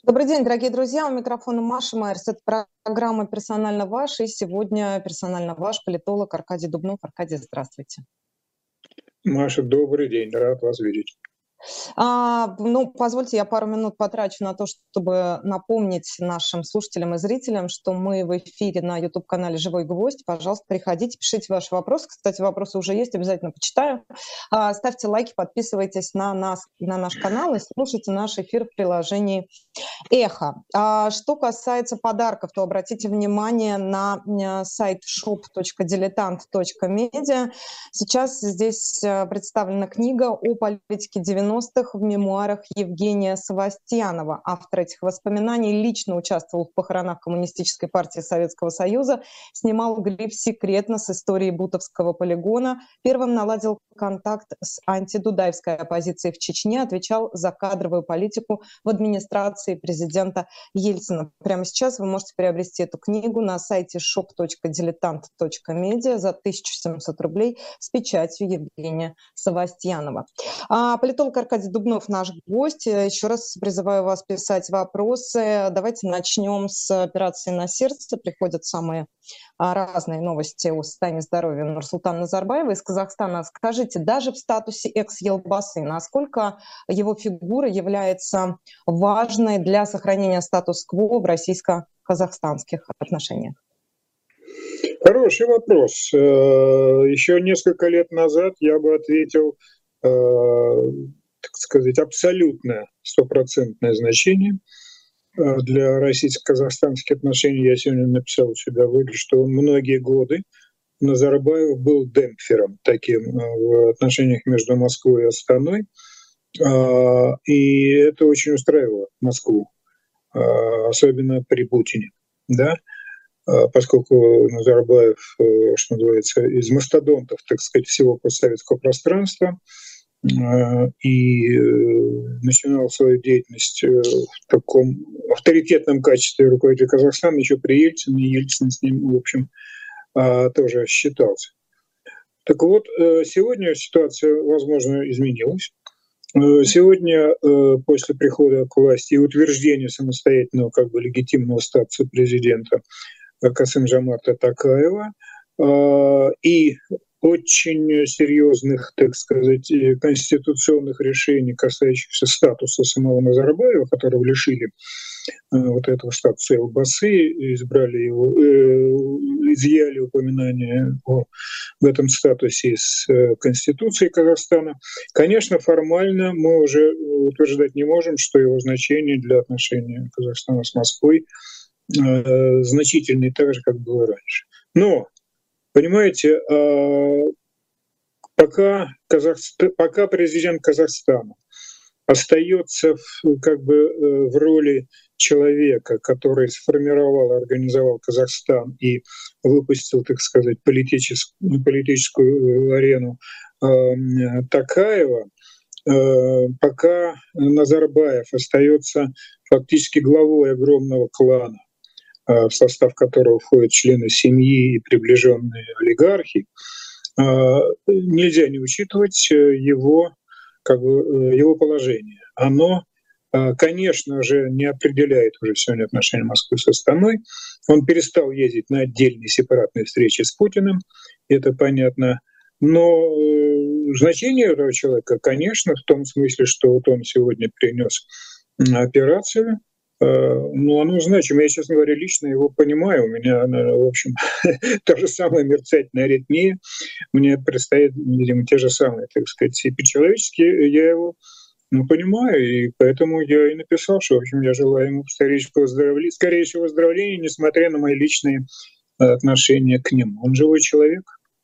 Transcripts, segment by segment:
Добрый день, дорогие друзья. У микрофона Маша Майерс. Это программа «Персонально ваш». И сегодня персонально ваш политолог Аркадий Дубнов. Аркадий, здравствуйте. Маша, добрый день, рад вас видеть. Позвольте, я пару минут потрачу на то, чтобы напомнить нашим слушателям и зрителям, что мы в эфире на YouTube-канале «Живой гвоздь». Пожалуйста, приходите, пишите ваши вопросы. Кстати, вопросы уже есть, обязательно почитаю. Ставьте лайки, подписывайтесь на нас и на наш канал и слушайте наш эфир в приложении «Эхо». Что касается подарков, то обратите внимание на сайт shop.diletant.media. Сейчас здесь представлена книга о политике 90-х в мемуарах Евгения Савастьянова. Автор этих воспоминаний лично участвовал в похоронах Коммунистической партии Советского Союза, снимал гриф «Секретно» с истории Бутовского полигона, первым наладил контакт с антидудаевской оппозицией в Чечне, отвечал за кадровую политику в администрации президента Ельцина. Прямо сейчас вы можете приобрести эту книгу на сайте shop.diletant.media за 1700 рублей с печатью Евгения Савастьянова. Политолог Аркадий Дубнов наш гость. Еще раз призываю вас писать вопросы. Давайте начнем с операции «На сердце». Приходят самые разные новости о состоянии здоровья Нурсултана Назарбаева из Казахстана. Скажите, даже в статусе экс-елбасы, насколько его фигура является важной для сохранения статус-кво в российско-казахстанских отношениях? Хороший вопрос. Еще несколько лет назад я бы ответил, так сказать, абсолютное, стопроцентное значение для российско-казахстанских отношений. Я сегодня написал у себя в эфире, что многие годы Назарбаев был демпфером таким в отношениях между Москвой и Астаной. И это очень устраивало Москву, особенно при Путине, да, поскольку Назарбаев, что называется, из мастодонтов, так сказать, всего постсоветского пространства, и начинал свою деятельность в таком авторитетном качестве руководителя Казахстана еще при Ельцине, и Ельцин с ним, в общем, тоже считался. Так вот, сегодня ситуация, возможно, изменилась. Сегодня, после прихода к власти и утверждения самостоятельного, как бы легитимного статуса президента Касым-Жомарта Токаева и очень серьезных, так сказать, конституционных решений, касающихся статуса самого Назарбаева, которого лишили вот этого статуса елбасы, избрали его, изъяли упоминание в этом статусе из Конституции Казахстана. Конечно, формально мы уже утверждать не можем, что его значение для отношений Казахстана с Москвой значительный, так же, как было раньше. Но, понимаете, пока президент Казахстана остается как бы в роли человека, который сформировал и организовал Казахстан и выпустил, так сказать, политическую арену Токаева, пока Назарбаев остается фактически главой огромного клана, в состав которого входят члены семьи и приближенные олигархи, нельзя не учитывать его, как бы, его положение. Оно, конечно же, не определяет уже сегодня отношения Москвы с Астаной. Он перестал ездить на отдельные сепаратные встречи с Путиным, это понятно. Но значение этого человека, конечно, в том смысле, что вот он сегодня принес операцию, ну, оно значимо. Я, честно говоря, лично его понимаю. У меня, в общем, та же самая мерцательная аритмия. Мне предстоит, видимо, те же самые, так сказать, и по-человечески я его понимаю, и поэтому я и написал, что, в общем, я желаю ему скорейшего выздоровления, несмотря на мои личные отношения к нему. Он живой человек.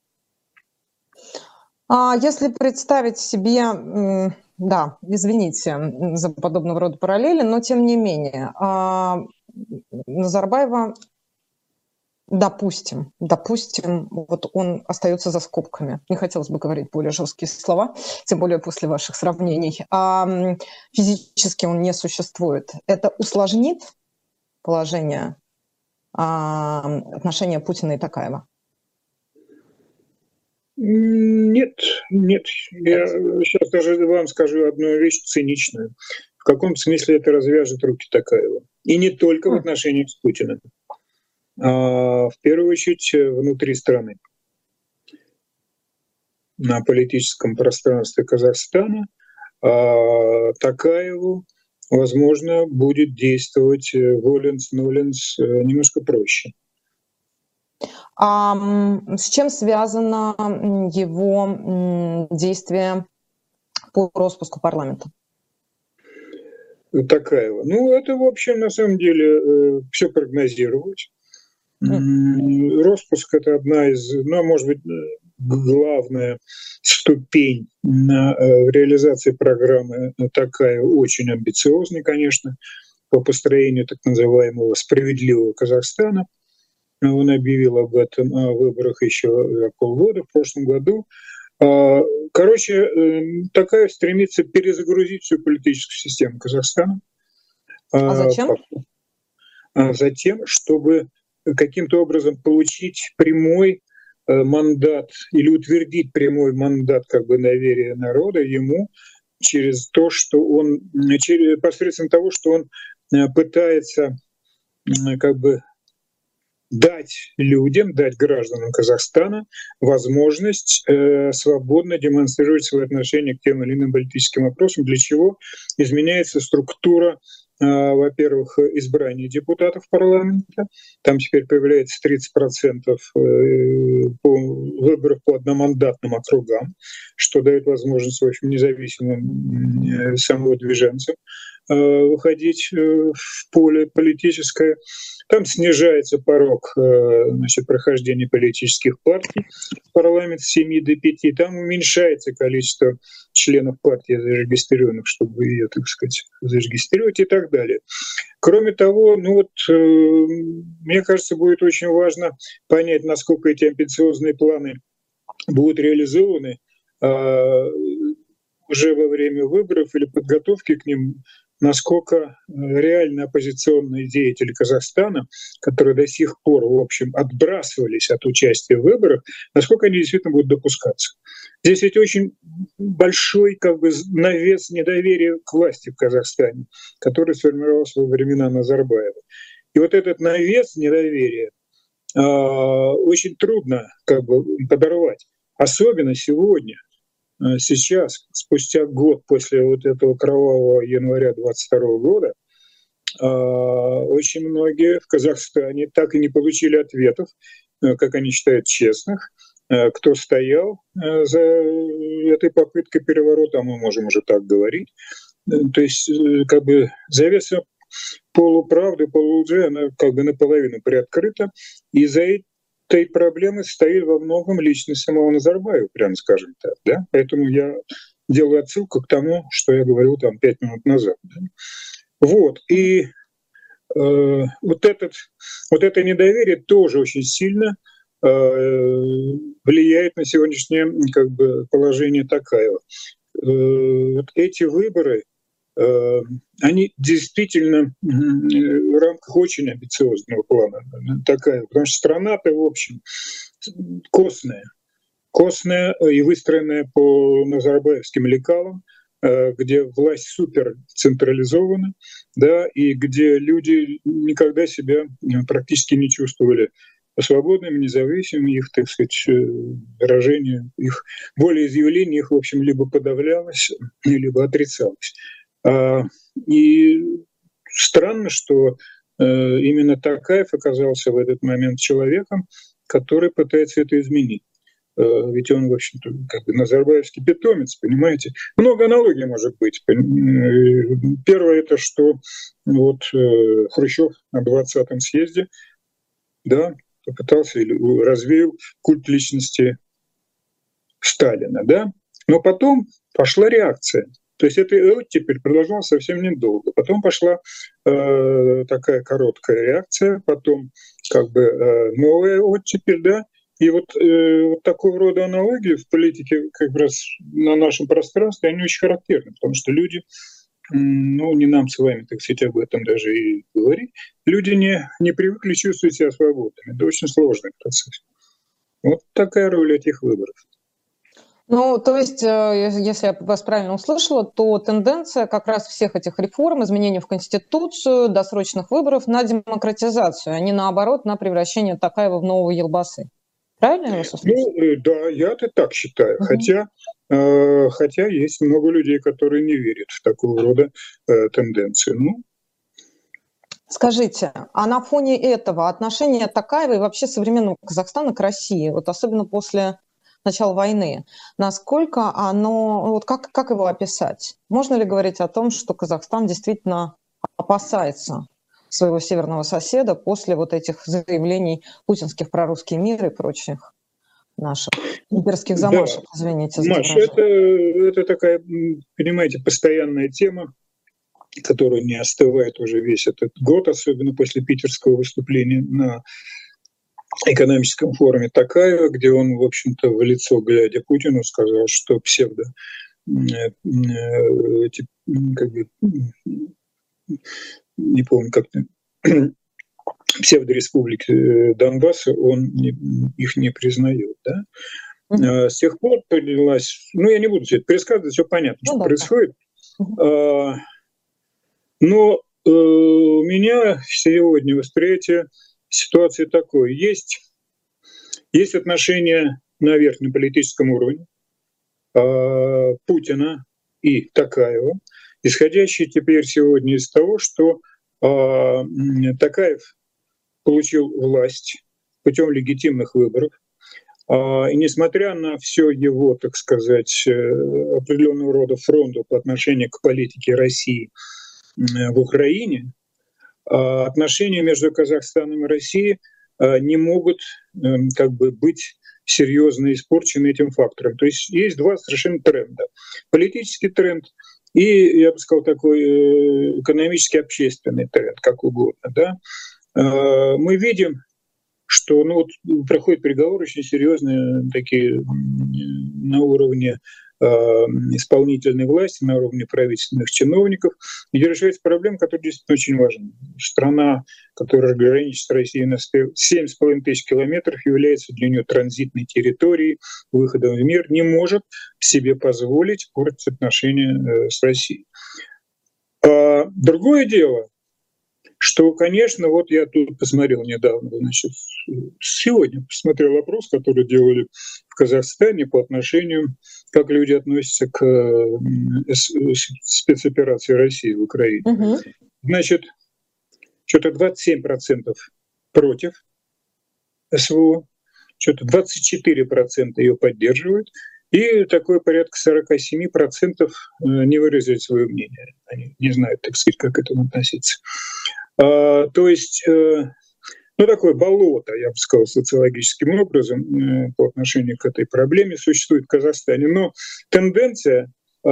Если представить себе, да, извините за подобного рода параллели, но тем не менее, Назарбаева, допустим, вот он остается за скобками. Не хотелось бы говорить более жесткие слова, тем более после ваших сравнений. Физически он не существует. Это усложнит положение отношения Путина и Токаева? Нет. Я сейчас даже вам скажу одну вещь циничную. в каком смысле это развяжет руки Токаева. И не только в отношении с Путиным, а в первую очередь внутри страны. На политическом пространстве Казахстана Токаеву, возможно, будет действовать воленс-ноленс немножко проще. А с чем связано его действие по распуску парламента? Токаева. Ну, это, в общем, на самом деле, все прогнозировать. Распуск – это одна из, ну, может быть, главная ступень в реализации программы Токаева, очень амбициозный, конечно, по построению так называемого справедливого Казахстана. Он объявил об этом о выборах еще полгода в прошлом году. Короче, Токаев стремится перезагрузить всю политическую систему Казахстана. А зачем? Затем, чтобы каким-то образом получить прямой мандат или утвердить прямой мандат как бы доверия народа ему через то, что он, посредством того, что он пытается как бы дать людям, дать гражданам Казахстана возможность свободно демонстрировать свои отношения к тем или иным политическим вопросам, для чего изменяется структура, во-первых, избрания депутатов парламента. Там теперь появляется 30% выборов по одномандатным округам, что дает возможность, в общем, независимым самовыдвиженцам выходить в поле политическое. Там снижается порог прохождения политических партий в парламент с 7 до 5. Там уменьшается количество членов партии зарегистрированных, чтобы ее, так сказать, зарегистрировать и так далее. Кроме того, ну вот, мне кажется, будет очень важно понять, насколько эти амбициозные планы будут реализованы уже во время выборов или подготовки к ним, насколько реально оппозиционные деятели Казахстана, которые до сих пор, в общем, отбрасывались от участия в выборах, насколько они действительно будут допускаться. Здесь ведь очень большой как бы навес недоверия к власти в Казахстане, который сформировался во времена Назарбаева. И вот этот навес недоверия очень трудно как бы подорвать, особенно сегодня. Сейчас, спустя год после вот этого кровавого января 2022 года, очень многие в Казахстане так и не получили ответов, как они считают, честных, кто стоял за этой попыткой переворота, а мы можем уже так говорить. То есть как бы завеса полуправды, полулжи, она как бы наполовину приоткрыта, и за этой проблемой стоит во многом личность самого Назарбаева, прямо скажем так. Да? Поэтому я делаю отсылку к тому, что я говорил там 5 минут назад. Да? Вот. И вот это недоверие тоже очень сильно влияет на сегодняшнее как бы, положение Токаева. Эти выборы, они действительно в рамках очень амбициозного плана Токаева, потому что страна-то, в общем, костная и выстроенная по назарбаевским лекалам, где власть супер централизована, да, и где люди никогда себя практически не чувствовали свободными, независимыми, их, так сказать, выражение, их волеизъявление их, в общем, либо подавлялось, либо отрицалось. И странно, что именно Токаев оказался в этот момент человеком, который пытается это изменить. Ведь он, в общем-то, как бы назарбаевский питомец, понимаете? Много аналогий может быть. Первое, это что вот Хрущев на 20-м съезде, да, попытался или развеял культ личности Сталина, да, но потом пошла реакция. То есть эта оттепель продолжалась совсем недолго. Потом пошла такая короткая реакция, потом как бы новая оттепель, да. И вот такого рода аналогии в политике как раз на нашем пространстве, они очень характерны, потому что люди, ну, не нам с вами, так сказать, об этом даже и говорить, люди не привыкли чувствовать себя свободными. Это очень сложный процесс. Вот такая роль этих выборов. Ну, то есть, если я вас правильно услышала, то тенденция как раз всех этих реформ, изменений в Конституцию, досрочных выборов на демократизацию, а не наоборот на превращение Токаева в нового Елбасы. Правильно я вас услышала? Ну, да, я-то так считаю. Мгм. Хотя есть много людей, которые не верят в такого рода тенденции. Ну, Скажите, а на фоне этого отношение Токаева и вообще современного Казахстана к России, вот особенно после начала войны, насколько оно, вот как его описать? Можно ли говорить о том, что Казахстан действительно опасается своего северного соседа после вот этих заявлений путинских про русский мир и прочих наших имперских да, замашек, извините за Маш, выражение? это такая, понимаете, постоянная тема, которая не остывает уже весь этот год, особенно после питерского выступления на экономическом форуме Токаева, где он, в общем-то, в лицо глядя Путину сказал, что эти, как бы, не помню, как-то псевдореспублики Донбасса, их не признает. Мгм. Да? С тех пор поднялась, ну, я не буду все это пересказывать, все понятно, Ну что да. происходит. Мгм. А, Но у меня сегодня восприятие ситуации такое. Есть отношения наверх на политическом уровне Путина и Токаева, исходящие теперь сегодня из того, что Токаев получил власть путем легитимных выборов. И несмотря на все его, так сказать, определенного рода фронту по отношению к политике России в Украине, отношения между Казахстаном и Россией не могут как бы быть серьезно испорчены этим фактором. То есть два совершенно тренда. Политический тренд и, я бы сказал, такой экономический, общественный тренд, как угодно. Да? Мы видим, что вот проходят переговоры очень серьезные, такие на уровне исполнительной власти, на уровне правительственных чиновников, где решается проблема, которая действительно очень важна. Страна, которая граничит с Россией на 7,5 тысяч километров, является для нее транзитной территорией, выходом в мир, не может себе позволить портить отношения с Россией. Другое дело, что, конечно, вот я тут посмотрел недавно, значит, сегодня посмотрел опрос, который делали в Казахстане по отношению, как люди относятся к спецоперации России в Украине. Мгм. Значит, что-то 27% против СВО, что-то 24% ее поддерживают, и такое порядка 47% не выразили свое мнение. Они не знают, так сказать, как к этому относиться. То есть, такое болото, я бы сказал, социологическим образом по отношению к этой проблеме существует в Казахстане. Но тенденция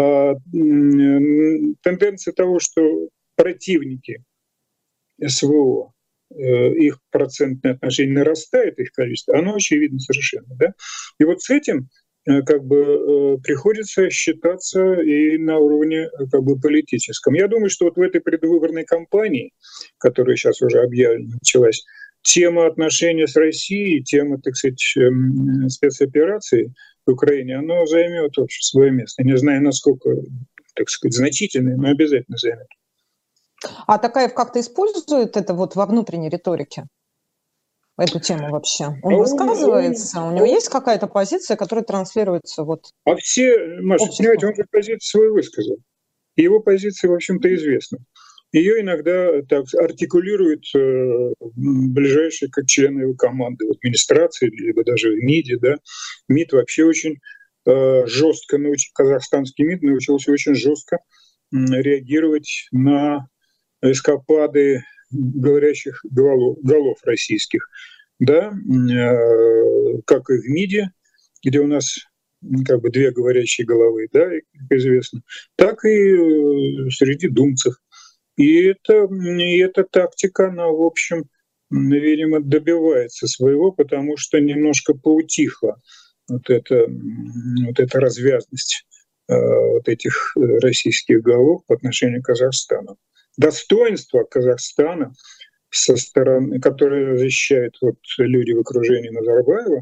того, что противники СВО, их процентное отношение нарастает, их количество, оно очевидно совершенно. Да? И вот с этим как бы приходится считаться и на уровне как бы политическом. Я думаю, что вот в этой предвыборной кампании, которая сейчас уже объявлена, началась, тема отношений с Россией, тема, так сказать, спецоперации в Украине, она займет вообще свое место. Не знаю, насколько, так сказать, значительное, но обязательно займет. А Токаев как-то использует это вот во внутренней риторике? Эту тему вообще? А Он он, он, высказывается? У него он, есть какая-то позиция, которая транслируется вот Маша, понимаете, обществу? он же позицию свою высказал. И его позиция, в общем-то, известна. Ее иногда так артикулируют ближайшие как члены его команды в администрации, либо даже в МИДе. Да. МИД вообще очень жестко казахстанский МИД научился очень жестко реагировать на эскапады говорящих голов российских. Да, как и в МИДе, где у нас как бы две говорящие головы, да, как известно, так и среди думцев. И эта тактика, она, в общем, видимо, добивается своего, потому что немножко поутихла вот эта развязность вот этих российских голов по отношению к Казахстану. Достоинство Казахстана, со стороны, которое защищают вот люди в окружении Назарбаева,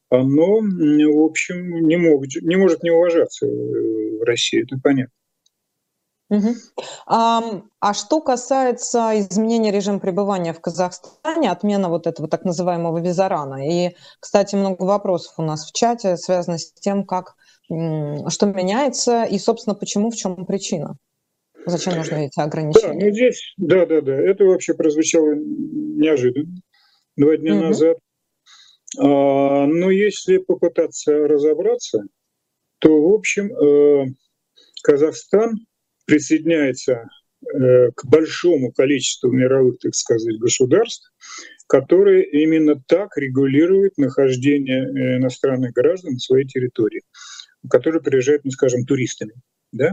оно, в общем, не может не уважаться в России, это понятно. Мгм. А что касается изменения режима пребывания в Казахстане, отмена вот этого так называемого визарана. И, кстати, много вопросов у нас в чате связано с тем, что меняется и, собственно, почему, в чем причина. Зачем нужны эти Да, ограничения? здесь, да, это вообще прозвучало неожиданно 2 дня Мгм. назад. Но если попытаться разобраться, то, в общем, Казахстан присоединяется к большому количеству мировых, так сказать, государств, которые именно так регулируют нахождение иностранных граждан на своей территории, которые приезжают, ну, скажем, туристами. Да?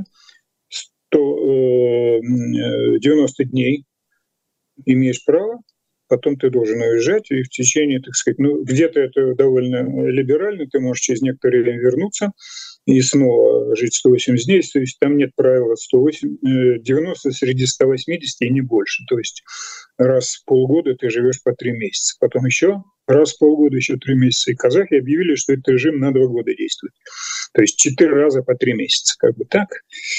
90 дней имеешь право, потом ты должен уезжать, и в течение, так сказать, ну, где-то это довольно либерально, ты можешь через некоторое время вернуться и снова жить 180 дней, то есть там нет правила 90 среди 180 и не больше, то есть раз в полгода ты живешь по 3 месяца, потом еще раз в полгода, еще 3 месяца, и казахи объявили, что этот режим на 2 года действует, то есть 4 раза по 3 месяца, как бы так.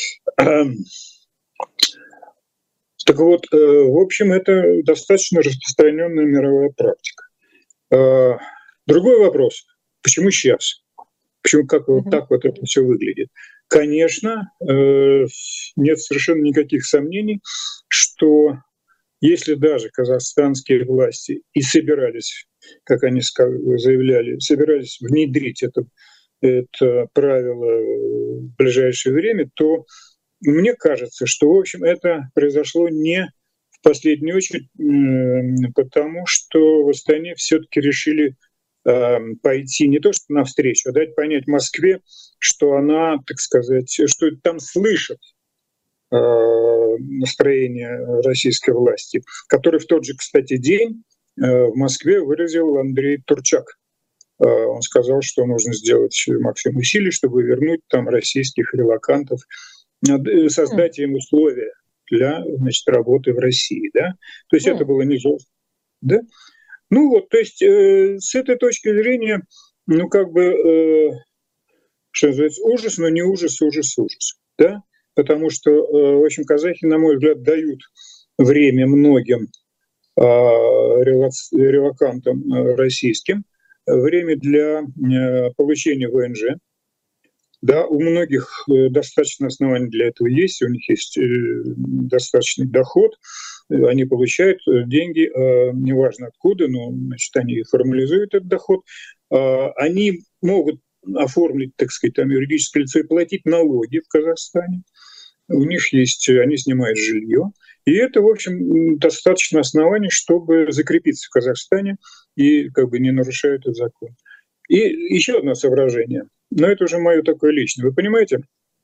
Так вот, в общем, это достаточно распространенная мировая практика. Другой вопрос, почему сейчас? Почему как вот Мгм. так вот это все выглядит? Конечно, нет совершенно никаких сомнений, что если даже казахстанские власти и собирались, как они заявляли, собирались внедрить это правило в ближайшее время, то мне кажется, что, в общем, это произошло не в последнюю очередь, потому что в Астане все-таки решили пойти не то что навстречу, а дать понять Москве, что она, так сказать, что там слышат настроение российской власти, который в тот же, кстати, день в Москве выразил Андрей Турчак. Он сказал, что нужно сделать максимум усилий, чтобы вернуть там российских релокантов, М. создать им условия для, значит, работы в России, да. То есть это М. было не жестко, да. Ну вот, то есть с этой точки зрения, ну как бы, что называется, ужас, но не ужас, ужас, да. Потому что, в общем, казахи, на мой взгляд, дают время многим релокантам российским, время для получения ВНЖ. Да, у многих достаточно оснований для этого есть, у них есть достаточный доход, они получают деньги, неважно откуда, но значит, они формализуют этот доход, они могут оформить, так сказать, там юридическое лицо и платить налоги в Казахстане. У них есть, они снимают жилье. И это, в общем, достаточно оснований, чтобы закрепиться в Казахстане и как бы не нарушая этот закон. И еще одно соображение, но это уже мое такое личное. Вы понимаете,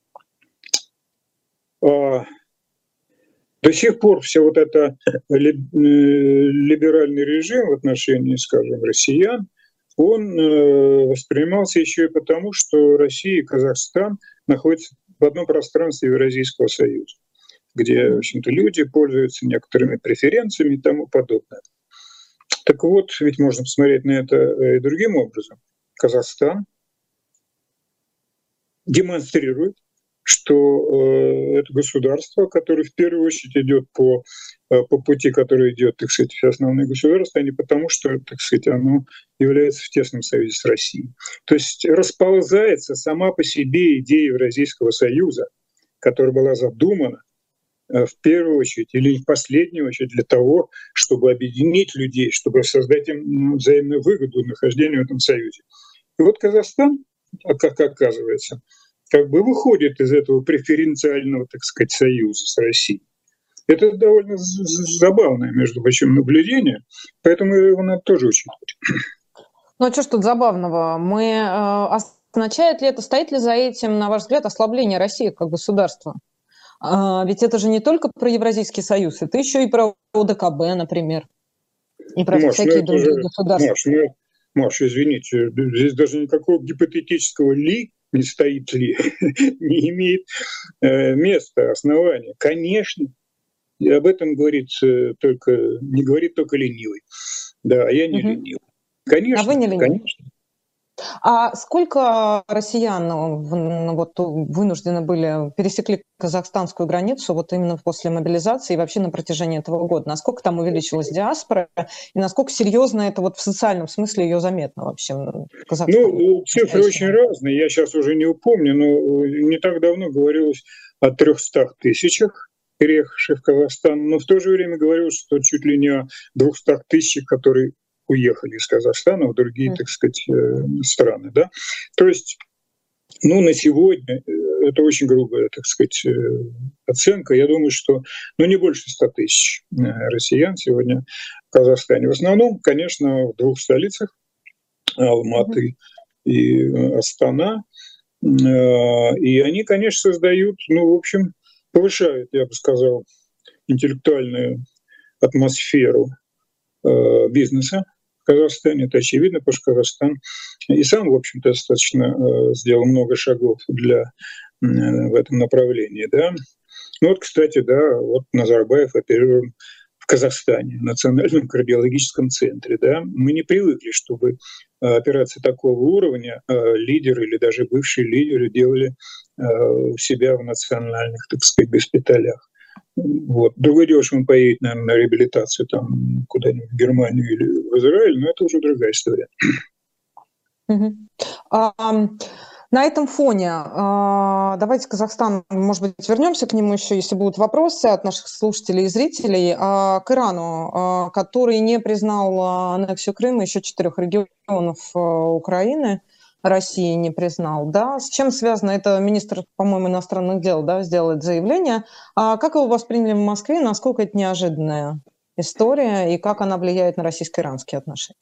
до сих пор все вот это либеральный режим в отношении, скажем, россиян, он воспринимался еще и потому, что Россия и Казахстан находятся в одном пространстве Евразийского союза, где, в Мгм. общем-то, люди пользуются некоторыми преференциями и тому подобное. Так вот, ведь можно посмотреть на это и другим образом. Казахстан демонстрирует, что это государство, которое в первую очередь идет по пути, который идет, так сказать, все основные государства, а не потому, что, так сказать, оно является в тесном союзе с Россией. То есть расползается сама по себе идея Евразийского союза, которая была задумана в первую очередь или в последнюю очередь для того, чтобы объединить людей, чтобы создать им взаимную выгоду нахождения в этом союзе. И вот Казахстан, как оказывается, как бы выходит из этого преференциального, так сказать, союза с Россией. Это довольно забавное, между прочим, наблюдение, поэтому его надо тоже учитывать. Ну, а чё ж тут забавного? Означает ли это, стоит ли за этим, на ваш взгляд, ослабление России как государства? Ведь это же не только про Евразийский союз, это еще и про ОДКБ, например, и про Маш, ну всякие это другие уже, государства. Маш, ну, Маш, извините, здесь даже никакого гипотетического ли не стоит ли, не имеет места, основания. Конечно, и об этом говорит не говорит только ленивый. Да, а я не Мгм. ленивый. А вы Конечно, не ленивый. конечно. А сколько россиян вот, вынуждены были, пересекли казахстанскую границу вот именно после мобилизации и вообще на протяжении этого года? Насколько там увеличилась диаспора и насколько серьезно это вот в социальном смысле ее заметно вообще в Казахстане? Ну, цифры очень разные, я сейчас уже не упомню, но не так давно говорилось о 300 тысячах переехавших в Казахстан, но в то же время говорилось, что чуть ли не о 200 тысячах, которые уехали из Казахстана в другие, так сказать, страны. Да? То есть, ну, на сегодня это очень грубая, так сказать, оценка. Я думаю, что ну, не больше 100 тысяч россиян сегодня в Казахстане. В основном, конечно, в двух столицах, Алматы и Астана. И они, конечно, создают, ну, в общем, повышают, я бы сказал, интеллектуальную атмосферу бизнеса в Казахстане. Это очевидно, потому что Казахстан и сам, в общем-то, достаточно сделал много шагов в этом направлении. Да? Ну вот, кстати, да, вот Назарбаев оперирует в Казахстане, в Национальном кардиологическом центре. Да? Мы не привыкли, чтобы операции такого уровня лидеры или даже бывшие лидеры делали у себя в национальных, так сказать, госпиталях. Вот. Другое дело, что он поедет, наверное, на реабилитацию там куда-нибудь в Германию или в Израиль, но это уже другая история. На этом фоне давайте Казахстан, может быть, вернемся к нему еще, если будут вопросы от наших слушателей и зрителей, к Ирану, который не признал аннексию Крыма, еще 4 регионов Украины, России не признал. Да? С чем связано это? Министр, по-моему, иностранных дел, да, сделает заявление. А как его восприняли в Москве? Насколько это неожиданная история и как она влияет на российско-иранские отношения?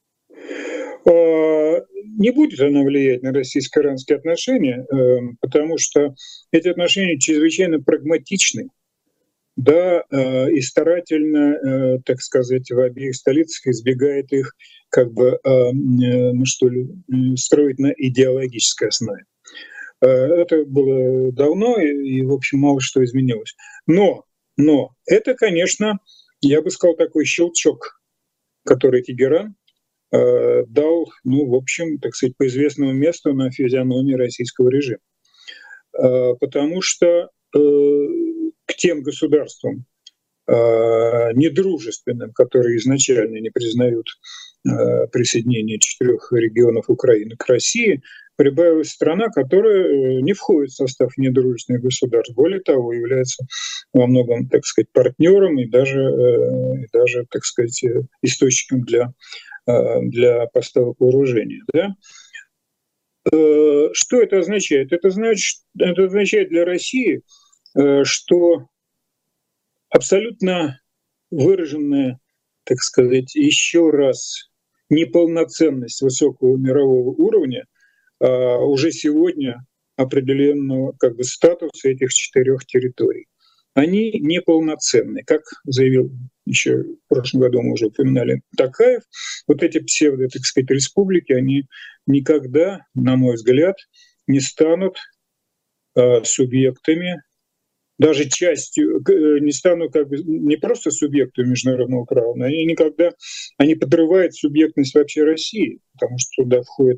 Не будет она влиять на российско-иранские отношения, потому что эти отношения чрезвычайно прагматичны, да, и старательно, так сказать, в обеих столицах избегает их как бы, ну что ли, строить на идеологической основе. Это было давно, и, в общем, мало что изменилось. Но это, конечно, я бы сказал, такой щелчок, который Тегеран дал, ну, в общем, так сказать, по известному месту на физиономии российского режима. Потому что к тем государствам недружественным, которые изначально не признают присоединение 4 регионов Украины к России, прибавилась страна, которая не входит в состав недружественных государств. Более того, является во многом, так сказать, партнером и даже так сказать, источником для поставок вооружения. Да? Что это означает? Это означает для России, что абсолютно выраженная, так сказать, еще раз неполноценность высокого мирового уровня уже сегодня определенного как бы статуса этих 4 территорий. Они неполноценны, как заявил еще в прошлом году, мы уже упоминали, Токаев. Вот эти псевдо, так сказать, республики, они никогда, на мой взгляд, не станут субъектами, даже частью, не станут как бы не просто субъектами международного права, но они подрывают субъектность вообще России, потому что туда входят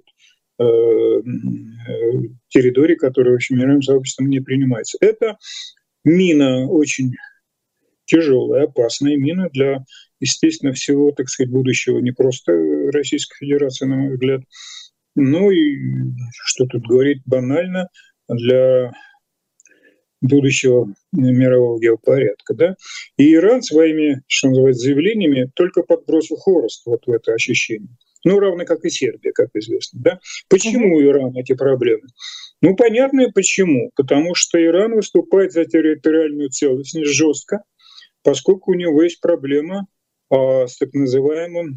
территории, которые, в общем, мировым сообществом не принимаются. Это мина очень тяжелая, опасная мина для, естественно, всего, так сказать, будущего не просто Российской Федерации, на мой взгляд, ну и, что тут говорить, банально, для будущего мирового геопорядка. Да? И Иран своими, что называется, заявлениями только подбросил хворост вот в это ощущение. Ну, равно как и Сербия, как известно. Да? Почему у Ирана эти проблемы? Ну, понятно почему. Потому что Иран выступает за территориальную целостность жестко, поскольку у него есть проблема с так называемым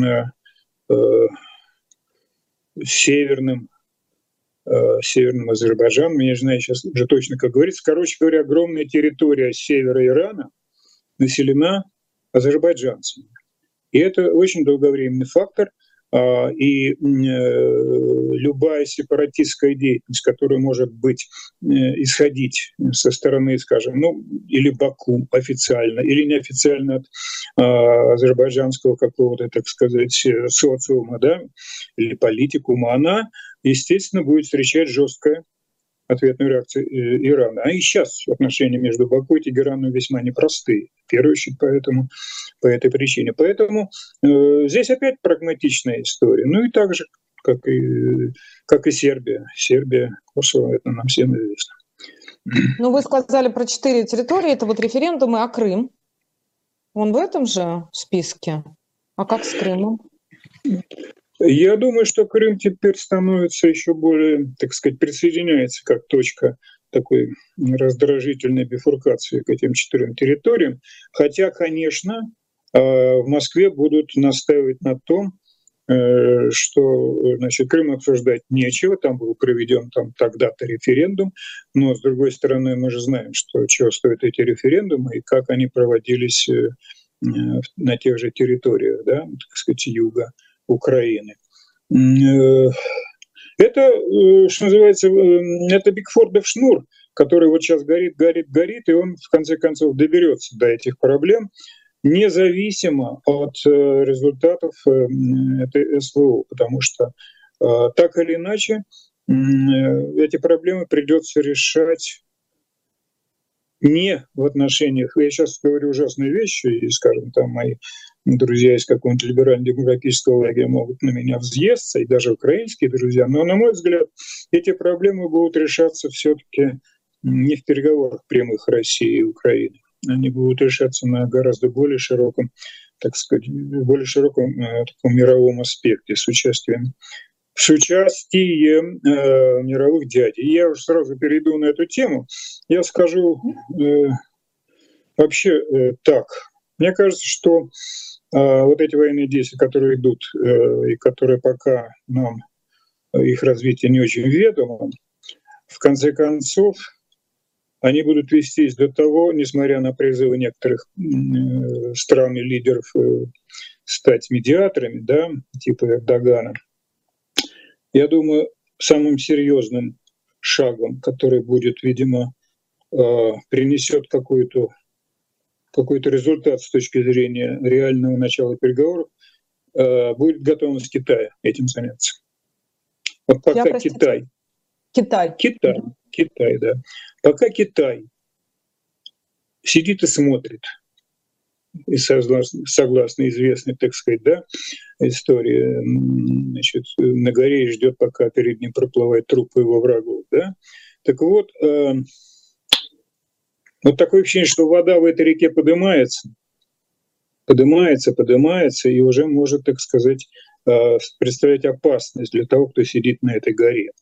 северным Азербайджаном, я не знаю сейчас уже точно, как говорится. Короче говоря, огромная территория севера Ирана населена азербайджанцами. И это очень долговременный фактор, и любая сепаратистская деятельность, которая может быть исходить со стороны, скажем, ну, или Баку официально, или неофициально от азербайджанского какого-то, так сказать, социума, да, или политикума, она, естественно, будет встречать жесткое ответную реакцию Ирана. А и сейчас отношения между Баку и Тегераном весьма непростые. В первую очередь по этой причине. Поэтому здесь опять прагматичная история. Ну и так же, как и Сербия. Сербия, Косово, это нам всем известно. Ну, вы сказали про 4 территории. Это вот референдумы, а Крым? Он в этом же списке? А как с Крымом? Я думаю, что Крым теперь становится еще более, так сказать, присоединяется как точка такой раздражительной бифуркации к этим 4 территориям. Хотя, конечно, в Москве будут настаивать на том, что, значит, Крым обсуждать нечего, там был проведен тогда-то референдум, но, с другой стороны, мы же знаем, что чего стоят эти референдумы и как они проводились на тех же территориях, да, так сказать, юга Украины. Это, что называется, это Бигфордов шнур, который вот сейчас горит, и он в конце концов доберется до этих проблем, независимо от результатов этой СВО, потому что так или иначе эти проблемы придется решать не в отношениях, я сейчас говорю ужасные вещи, и, скажем, там мои друзья из какого-нибудь либерально-демократического лагеря могут на меня взъесться, и даже украинские друзья, но, на мой взгляд, эти проблемы будут решаться все-таки не в переговорах прямых России и Украины. Они будут решаться на гораздо более широком, так сказать, более широком таком мировом аспекте с участием мировых дядей. Я уже сразу перейду на эту тему. Я скажу вообще так. Мне кажется, что вот эти военные действия, которые идут, и которые пока нам их развитие не очень ведомо, в конце концов, они будут вестись до того, несмотря на призывы некоторых стран и лидеров стать медиаторами, да, типа Эрдогана. Я думаю, самым серьезным шагом, который будет, видимо, принесет какой-то результат с точки зрения реального начала переговоров, будет готовность Китая этим заняться. Вот пока Китай, да. Пока Китай сидит и смотрит, и согласно известной, так сказать, да, истории, значит, на горе и ждет, пока перед ним проплывает труп его врагов, да. Так вот, вот такое ощущение, что вода в этой реке поднимается, и уже может, так сказать, представлять опасность для того, кто сидит на этой горе.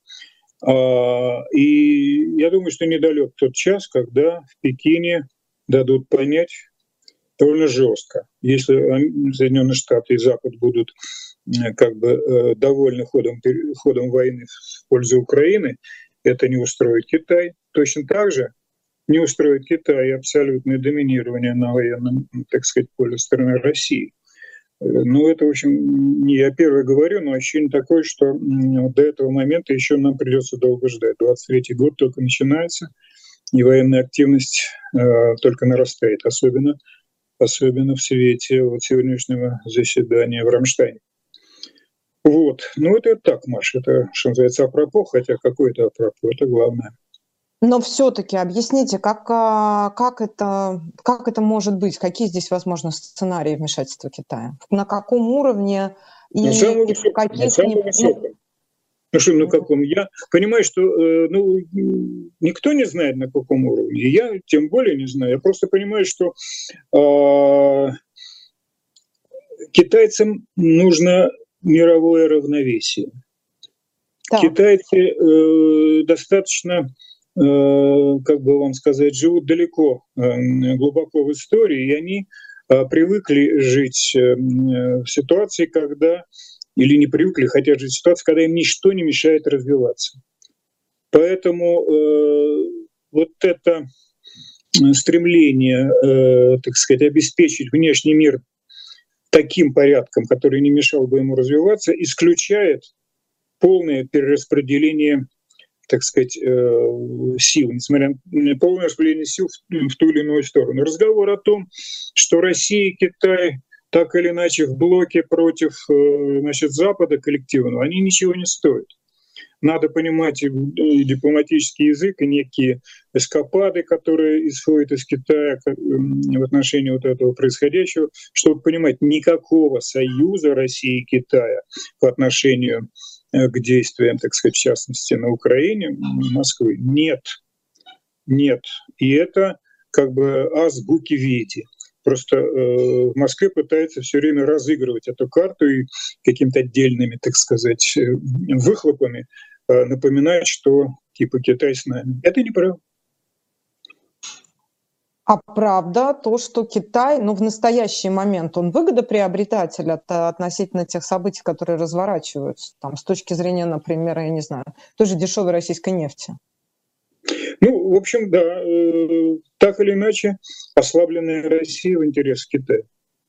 И я думаю, что недалек тот час, когда в Пекине дадут понять довольно жестко, если Соединенные Штаты и Запад будут как бы довольны ходом войны в пользу Украины, это не устроит Китай. Точно так же не устроит Китай абсолютное доминирование на военном, так сказать, поле стороны России. Ну, это, в общем, не я первый говорю, но ощущение такое, что до этого момента еще нам придется долго ждать. 23-й год только начинается, и военная активность только нарастает, особенно в свете вот сегодняшнего заседания в Рамштайне. Вот. Ну, это так, Маш, это, что называется, апропо, хотя какое-то апропо, это главное. Но все-таки объясните, как это может быть, какие здесь возможны сценарии вмешательства Китая, на каком уровне и в каких... Ну что, на каком? Я понимаю, что никто не знает, на каком уровне. И я тем более не знаю. Я просто понимаю, что китайцам нужно мировое равновесие. Да. Китайцы достаточно, как бы вам сказать, живут далеко, глубоко в истории, и они привыкли жить в ситуации, когда... или не привыкли, хотят жить в ситуации, когда им ничто не мешает развиваться. Поэтому вот это стремление, так сказать, обеспечить внешний мир таким порядком, который не мешал бы ему развиваться, исключает полное перераспределение, так сказать, сил, несмотря на полное распределение сил в ту или иную сторону. Разговор о том, что Россия и Китай так или иначе в блоке против, значит, Запада коллективного, они ничего не стоят. Надо понимать и дипломатический язык, и некие эскапады, которые исходят из Китая в отношении вот этого происходящего, чтобы понимать, никакого союза России и Китая по отношению к действиям, так сказать, в частности, на Украине, Москвы, нет. Нет. И это как бы азбуки Веди. Просто в Москве пытаются все время разыгрывать эту карту и какими-то отдельными, так сказать, выхлопами напоминать, что типа Китай с нами. Это неправда. А правда то, что Китай, в настоящий момент он выгодоприобретатель относительно тех событий, которые разворачиваются, там, с точки зрения, например, я не знаю, той же дешевой российской нефти? В общем, да, так или иначе, ослабленная Россия в интересах Китая.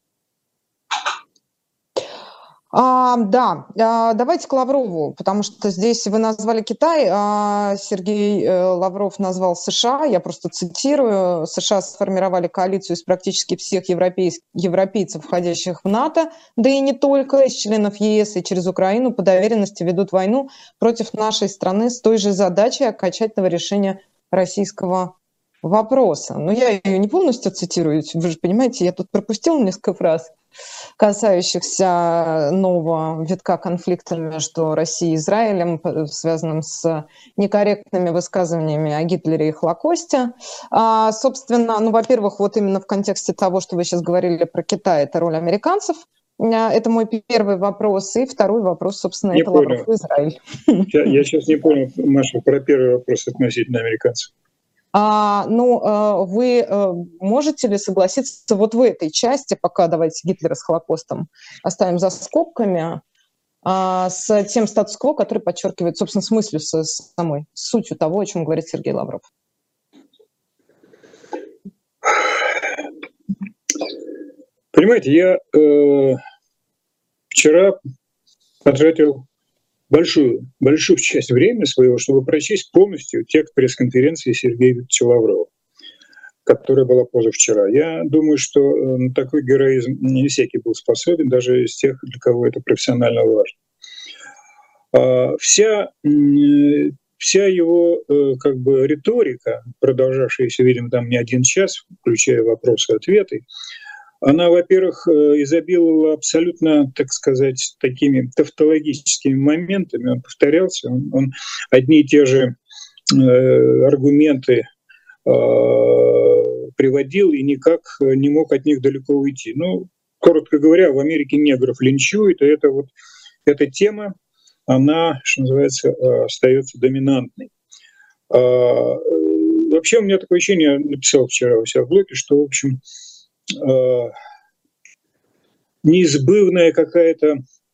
Да, давайте к Лаврову, потому что здесь вы назвали Китай, Сергей Лавров назвал США, я просто цитирую, США сформировали коалицию из практически всех европейцев, входящих в НАТО, да и не только, из членов ЕС и через Украину по доверенности ведут войну против нашей страны с той же задачей окончательного решения российского вопроса. Но я ее не полностью цитирую, вы же понимаете, я тут пропустила несколько фраз, касающихся нового витка конфликта между Россией и Израилем, связанным с некорректными высказываниями о Гитлере и Холокосте. Собственно, во-первых, вот именно в контексте того, что вы сейчас говорили про Китай, это роль американцев. Это мой первый вопрос. И второй вопрос, собственно, не это понял. Лавров и Израиль. Я сейчас не понял, Маша, про первый вопрос относительно американцев. Вы можете ли согласиться вот в этой части, пока давайте Гитлера с Холокостом оставим за скобками, с тем статус-кво, который подчеркивает, собственно, с мыслью, самой сутью того, о чем говорит Сергей Лавров? Понимаете, я вчера потратил большую часть времени своего, чтобы прочесть полностью текст пресс-конференции Сергея Викторовича Лаврова, которая была позавчера. Я думаю, что на такой героизм не всякий был способен, даже из тех, для кого это профессионально важно. Вся его как бы риторика, продолжавшаяся, видимо, там не один час, включая вопросы-ответы, она, во-первых, изобиловала абсолютно, так сказать, такими тавтологическими моментами. Он повторялся, он одни и те же аргументы приводил и никак не мог от них далеко уйти. Коротко говоря, в Америке негров линчуют, и эта тема, она, что называется, остается доминантной. Вообще у меня такое ощущение, я написал вчера у себя в блоге, что, в общем, неизбывная какая-то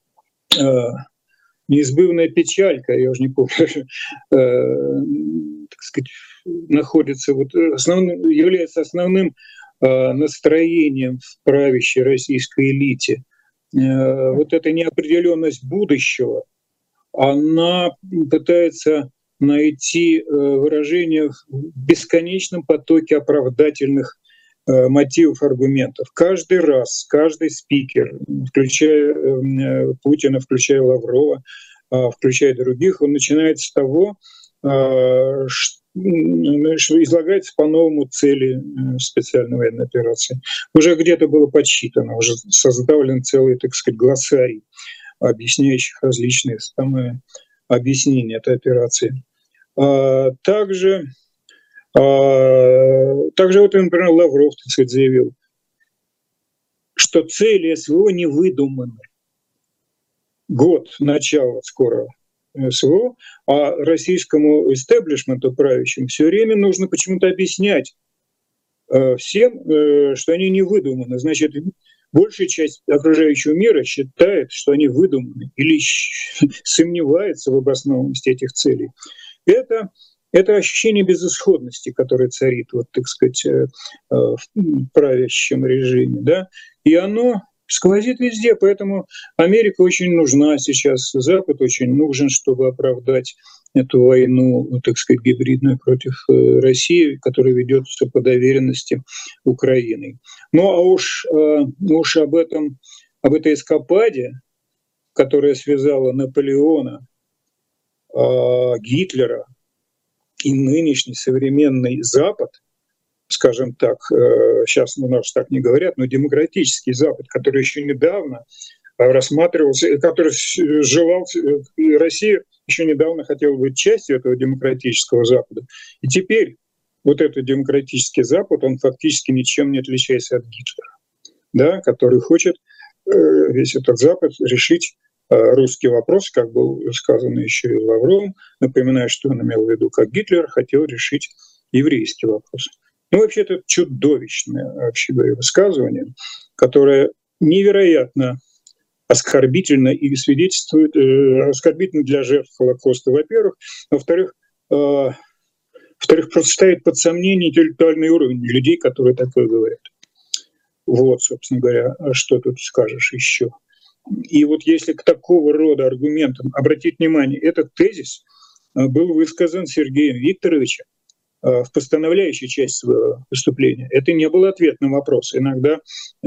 неизбывная печалька, я уже не помню, так сказать, находится, является основным настроением в правящей российской элите. Вот эта неопределенность будущего, она пытается найти выражение в бесконечном потоке оправдательных мотивов, аргументов. Каждый раз, каждый спикер, включая Путина, включая Лаврова, включая других, он начинает с того, что излагается по-новому цели специальной военной операции. Уже где-то было подсчитано, уже составлен целый, так сказать, глоссарий, объясняющих различные объяснения этой операции. Также вот, например, Лавров, так сказать, заявил, что цели СВО не выдуманы. Год начала скоро СВО, а российскому истеблишменту правящему все время нужно почему-то объяснять всем, что они не выдуманы. Значит, большая часть окружающего мира считает, что они выдуманы или сомневается в обоснованности этих целей. Это ощущение безысходности, которое царит, вот, так сказать, в правящем режиме, да, и оно Сквозит везде, поэтому Америка очень нужна сейчас, Запад очень нужен, чтобы оправдать эту войну, так сказать, гибридную против России, которая ведется по доверенности Украиной. Ну а уж об этой эскападе, которая связала Наполеона, Гитлера и нынешний современный Запад, скажем так, сейчас у нас так не говорят, но демократический Запад, который еще недавно рассматривался, который желал, Россия еще недавно хотела быть частью этого демократического Запада. И теперь вот этот демократический Запад, он фактически ничем не отличается от Гитлера, да, который хочет весь этот Запад решить русский вопрос, как было сказано еще и Лавровым. Напоминаю, что он имел в виду, как Гитлер хотел решить еврейский вопрос. Ну, вообще, это чудовищное, вообще говоря, высказывание, которое невероятно оскорбительно и свидетельствует, оскорбительно для жертв Холокоста, во-первых. Во-вторых, просто ставит под сомнение интеллектуальный уровень людей, которые такое говорят. Вот, собственно говоря, что тут скажешь еще. И вот если к такого рода аргументам обратить внимание, этот тезис был высказан Сергеем Викторовичем в постановляющей части своего выступления. Это не был ответ на вопрос. Иногда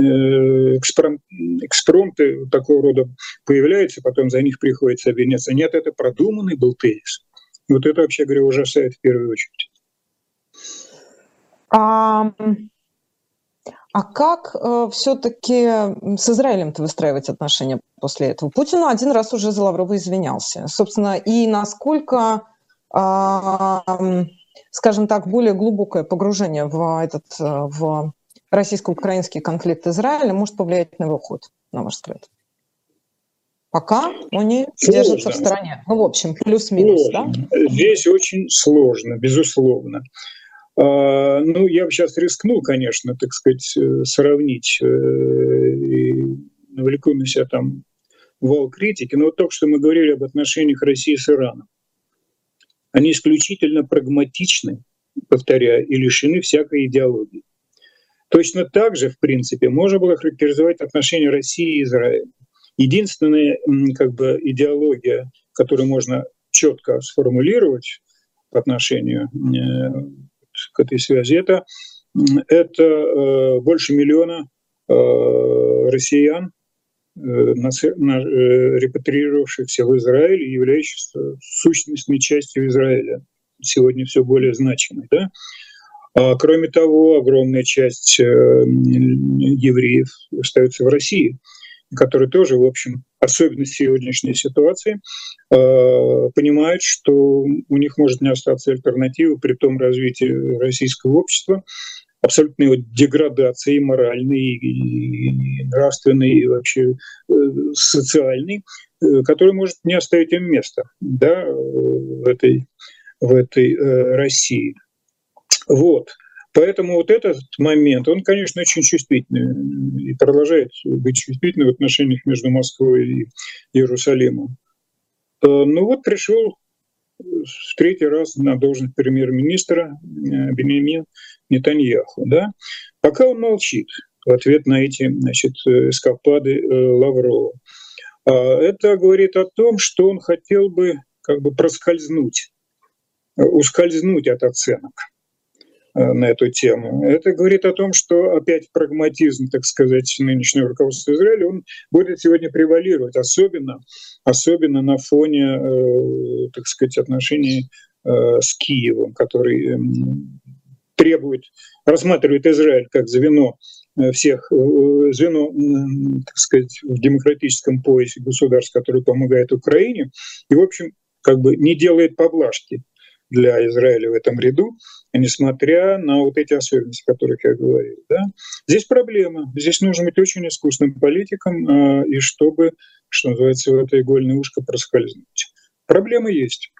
экспромты такого рода появляются, потом за них приходится обвиняться. Нет, это продуманный был тезис. Вот это, вообще говоря, ужасает в первую очередь. А как все-таки с Израилем-то выстраивать отношения после этого? Путин один раз уже за Лаврова извинялся. Собственно, и насколько, скажем так, более глубокое погружение в российско-украинский конфликт Израиля может повлиять на его ход, на ваш взгляд? Пока они держатся в стороне. Ну, в общем, плюс-минус, да? Здесь очень сложно, безусловно. Ну, я бы сейчас рискнул, конечно, так сказать, сравнить, и навлеку на себя там вал критики, но вот только что мы говорили об отношениях России с Ираном. Они исключительно прагматичны, повторяю, и лишены всякой идеологии. Точно так же, в принципе, можно было характеризовать отношения России и Израиля. Единственная идеология, которую можно четко сформулировать по отношению к этой связи, это больше миллиона россиян, репатриировавшихся в Израиль и являющихся сущностной частью Израиля, сегодня все более значимой. Да? Кроме того, огромная часть евреев остается в России, которые тоже, в общем, особенно в сегодняшней ситуации, понимают, что у них может не остаться альтернативы при том развитии российского общества, абсолютной его деградации и моральной, и нравственной, и вообще социальной, которая может не оставить им места, да, в этой России. Вот. Поэтому вот этот момент, он, конечно, очень чувствительный и продолжает быть чувствительным в отношениях между Москвой и Иерусалимом. Ну вот пришел в третий раз на должность премьер-министра Биньямин Нетаньяху. Да? Пока он молчит в ответ на эти, значит, эскапады Лаврова. Это говорит о том, что он хотел бы ускользнуть от оценок на эту тему. Это говорит о том, что опять прагматизм, так сказать, нынешнего руководства Израиля, он будет сегодня превалировать, особенно на фоне, так сказать, отношений с Киевом, который рассматривает Израиль как звено, так сказать, в демократическом поясе государств, которые помогают Украине, и, в общем, не делает поблажки для Израиля в этом ряду, несмотря на вот эти особенности, о которых я говорил. Да? Здесь проблема. Здесь нужно быть очень искусным политиком, и чтобы, что называется, в это игольное ушко проскользнуть. Проблема есть.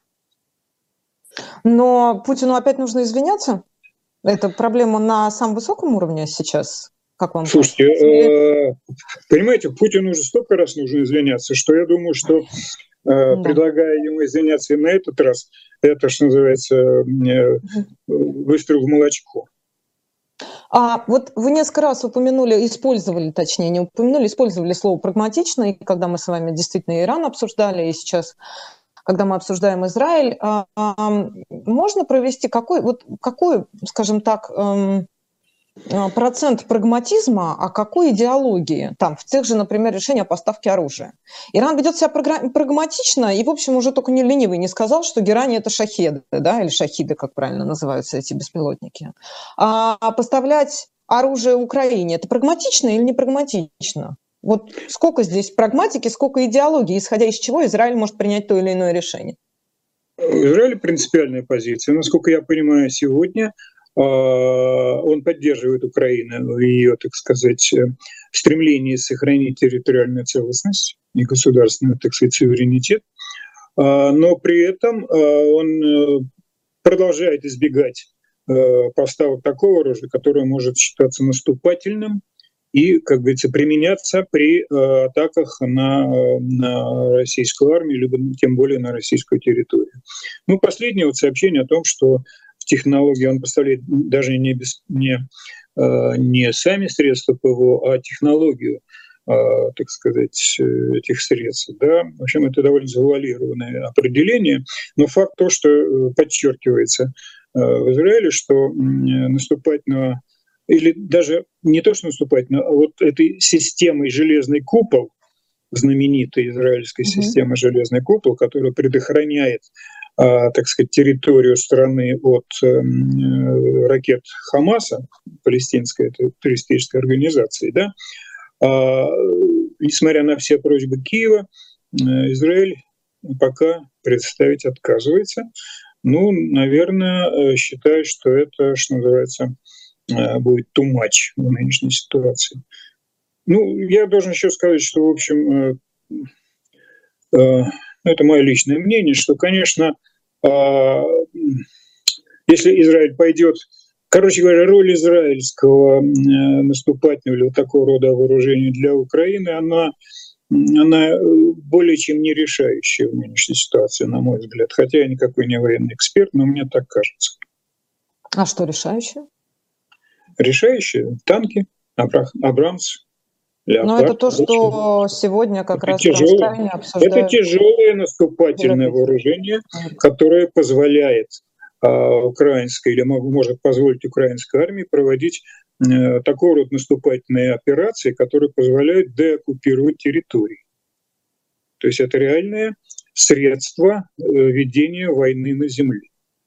Но Путину опять нужно извиняться? Это проблема на самом высоком уровне сейчас? Как вам кажется? Слушайте, понимаете, Путину уже столько раз нужно извиняться, что я думаю, что предлагая ему извиняться и на этот раз, это, что называется, выстрел в молочко. Вот вы несколько раз использовали слово «прагматично», и когда мы с вами действительно Иран обсуждали, и сейчас, когда мы обсуждаем Израиль, можно провести какой, скажем так, процент прагматизма, а какой идеологии? Там, в тех же, например, решениях о поставке оружия. Иран ведет себя прагматично, и, в общем, уже только не ленивый не сказал, что герани – это шахеды, да, или шахиды, как правильно называются эти беспилотники. А поставлять оружие Украине – это прагматично или не прагматично? Вот сколько здесь прагматики, сколько идеологии, исходя из чего Израиль может принять то или иное решение? В Израиле принципиальная позиция. Насколько я понимаю, сегодня он поддерживает Украину в ее, так сказать, стремлении сохранить территориальную целостность и государственный, так сказать, суверенитет, но при этом он продолжает избегать поставок такого оружия, которое может считаться наступательным и, как говорится, применяться при атаках на российскую армию, либо тем более на российскую территорию. Ну, последнее вот сообщение о том, что технологии он поставляет даже не сами средства ПВО, а технологию, так сказать, этих средств. Да? В общем, это довольно завуалированное определение, но факт то, что подчеркивается в Израиле, что наступать на... Или даже не то, что наступать, но вот этой системой «Железный купол», знаменитой израильской системы «Железный купол», которая предохраняет, так сказать, территорию страны от ракет Хамаса, палестинской террористической организации, да, несмотря на все просьбы Киева, Израиль пока представить отказывается. Ну, наверное, считает, что это, что называется, будет too much в нынешней ситуации. Ну, я должен еще сказать, что, в общем, это мое личное мнение, что, конечно, если Израиль пойдет, короче говоря, роль израильского наступательного или вот такого рода вооружения для Украины, она более чем не решающая в нынешней ситуации, на мой взгляд. Хотя я никакой не военный эксперт, но мне так кажется. А что решающее? Решающее – танки, Абрамс, Леопард. Но это то, что сегодня как раз в Рамштайне обсуждают. Это тяжелое наступательное вооружение, которое позволяет украинской или может позволить украинской армии проводить такого рода наступательные операции, которые позволяют деоккупировать территории. То есть это реальное средство ведения войны на земле.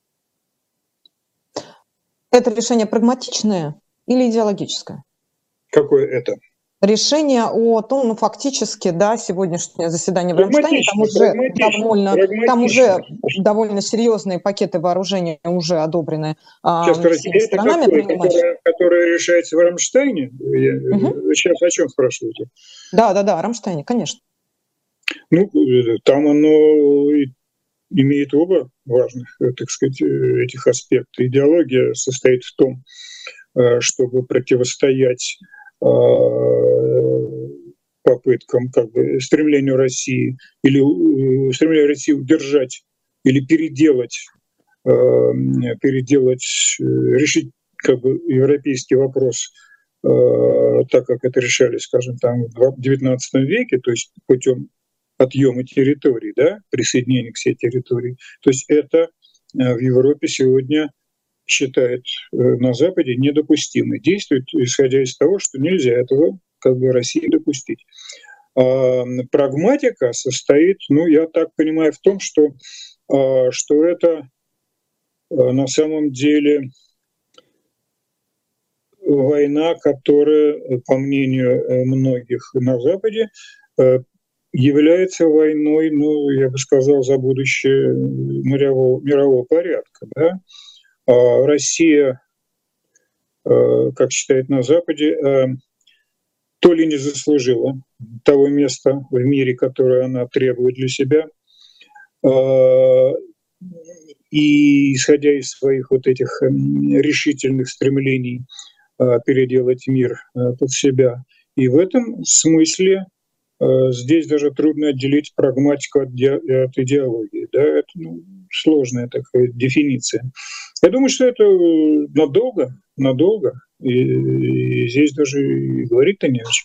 Это решение прагматичное или идеологическое? Какое это? Решение о том, ну, фактически, да, сегодняшнее заседание в Рамштайне, там уже довольно серьезные пакеты вооружения уже одобрены всеми сторонами. Которое решается в Рамштайне? Сейчас о чем спрашиваете? Да, в Рамштайне, конечно. Ну, там оно имеет оба важных, так сказать, этих аспекта. Идеология состоит в том, чтобы противостоять попыткам, как бы, стремлению России удержать или решить, как бы, европейский вопрос, так как это решали, скажем, там в XIX веке, то есть путем отъема территорий, да, присоединения к всей территории. То есть это в Европе сегодня считает на Западе недопустимой. Действует, исходя из того, что нельзя этого, как бы, России допустить. Прагматика состоит, ну, я так понимаю, в том, что это на самом деле война, которая, по мнению многих на Западе, является войной, ну, я бы сказал, за будущее мирового порядка. Да? Россия, как считают на Западе, то ли не заслужила того места в мире, которое она требует для себя, и, исходя из своих вот этих решительных стремлений переделать мир под себя. И в этом смысле здесь даже трудно отделить прагматику от идеологии. Да? Это сложная такая дефиниция. Я думаю, что это надолго, И здесь даже и говорить-то не о чем.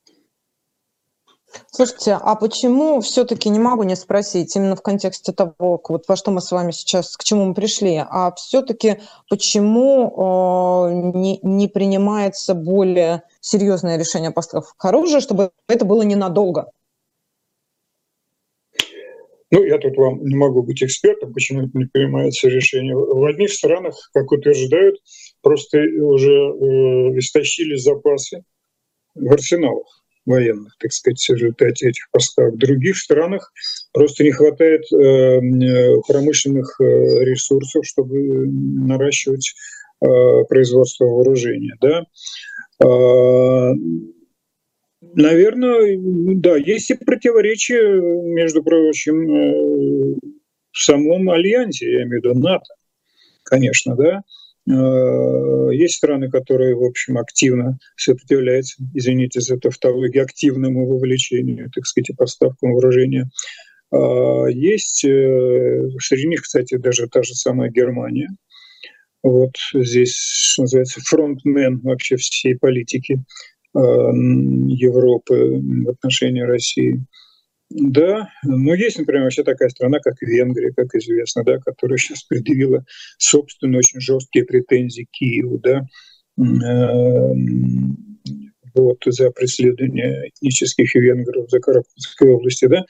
Слушайте, а почему все-таки не могу не спросить, именно в контексте того, вот во что мы с вами сейчас, к чему мы пришли, а все-таки почему не принимается более серьезное решение о поставках оружия, чтобы это было ненадолго? Ну, я тут вам не могу быть экспертом, почему это не принимается решение. В одних странах, как утверждают, просто уже истощили запасы в арсеналах военных, так сказать, в результате этих поставок. В других странах просто не хватает промышленных ресурсов, чтобы наращивать производство вооружения. Да? Наверное, да, есть и противоречия, между прочим, в самом альянсе, я имею в виду НАТО, конечно, да. Есть страны, которые, в общем, активно сопротивляются, извините за тавтологию, активному вовлечению, так сказать, и поставкам вооружения. Есть среди них, кстати, даже та же самая Германия. Вот здесь, что называется, фронтмен вообще всей политики Европы в отношении России. Да, но есть, например, вообще такая страна, как Венгрия, как известно, да, которая сейчас предъявила собственные очень жесткие претензии к Киеву, да, вот, за преследование этнических венгров за Карабахской области, да.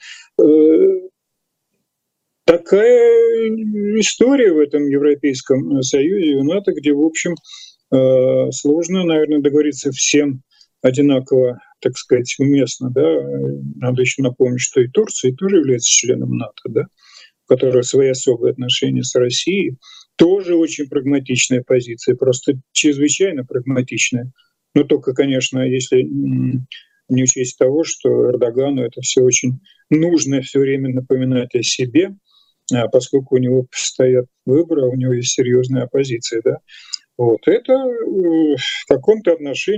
Такая история в этом Европейском Союзе, в НАТО, где, в общем, сложно, наверное, договориться всем одинаково, так сказать, уместно. Да? Надо еще напомнить, что и Турция тоже является членом НАТО, да? У которой свои особые отношения с Россией. Тоже очень прагматичная позиция, просто чрезвычайно прагматичная. Но только, конечно, если не учесть того, что Эрдогану это все очень нужно все время напоминать о себе, поскольку у него стоят выборы, а у него есть серьезная оппозиция. Да? Вот. Это в каком-то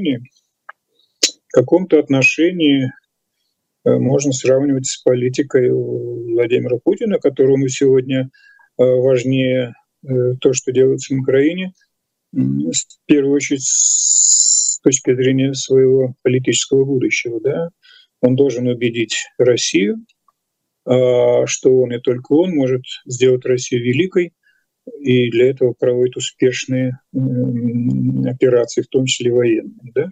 отношении можно сравнивать с политикой Владимира Путина, которому сегодня важнее то, что делается в Украине, в первую очередь с точки зрения своего политического будущего. Да? Он должен убедить Россию, что он и только он может сделать Россию великой, и для этого проводит успешные операции, в том числе военные. Да?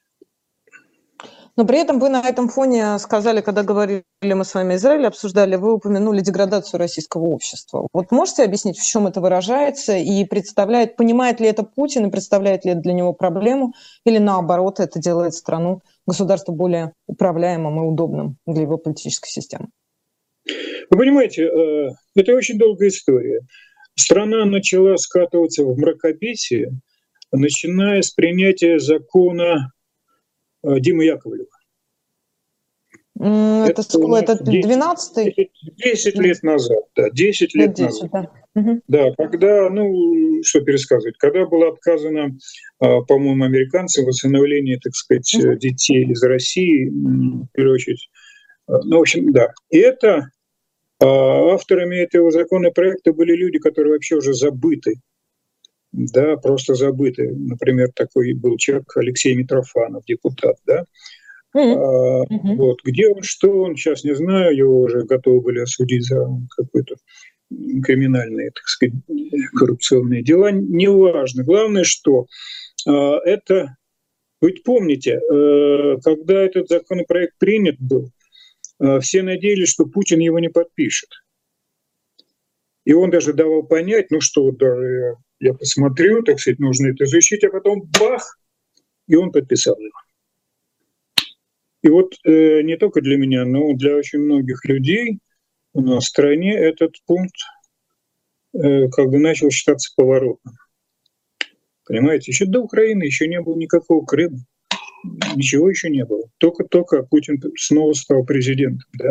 Но при этом вы на этом фоне сказали, когда говорили мы с вами Израиль, обсуждали, вы упомянули деградацию российского общества. Вот можете объяснить, в чем это выражается, и понимает ли это Путин, и представляет ли это для него проблему, или наоборот, это делает страну, государство более управляемым и удобным для его политической системы? Вы понимаете, это очень долгая история. Страна начала скатываться в мракобесие, начиная с принятия закона Димы Яковлева. Это 12-й? 10 лет назад, да, 10 лет 10, назад. Да. Да, когда, что пересказывать, когда было отказано, по-моему, американцам в усыновлении, так сказать, детей из России, в первую очередь. В общем, да. И это авторами этого законопроекта были люди, которые вообще уже забыты. Да, просто забыты. Например, такой был человек Алексей Митрофанов, депутат, да. Вот. Где он, что он, сейчас не знаю, его уже готовы были осудить за какой-то криминальные, так сказать, коррупционные дела. Неважно. Главное, что это... Вы помните, когда этот законопроект принят был, все надеялись, что Путин его не подпишет. И он даже давал понять, что вот даже я посмотрю, так сказать, нужно это изучить, а потом бах, и он подписал его. И вот не только для меня, но для очень многих людей у нас в стране этот пункт как бы начал считаться поворотным. Понимаете, еще до Украины еще не было никакого Крыма, ничего еще не было. Только Путин снова стал президентом, да.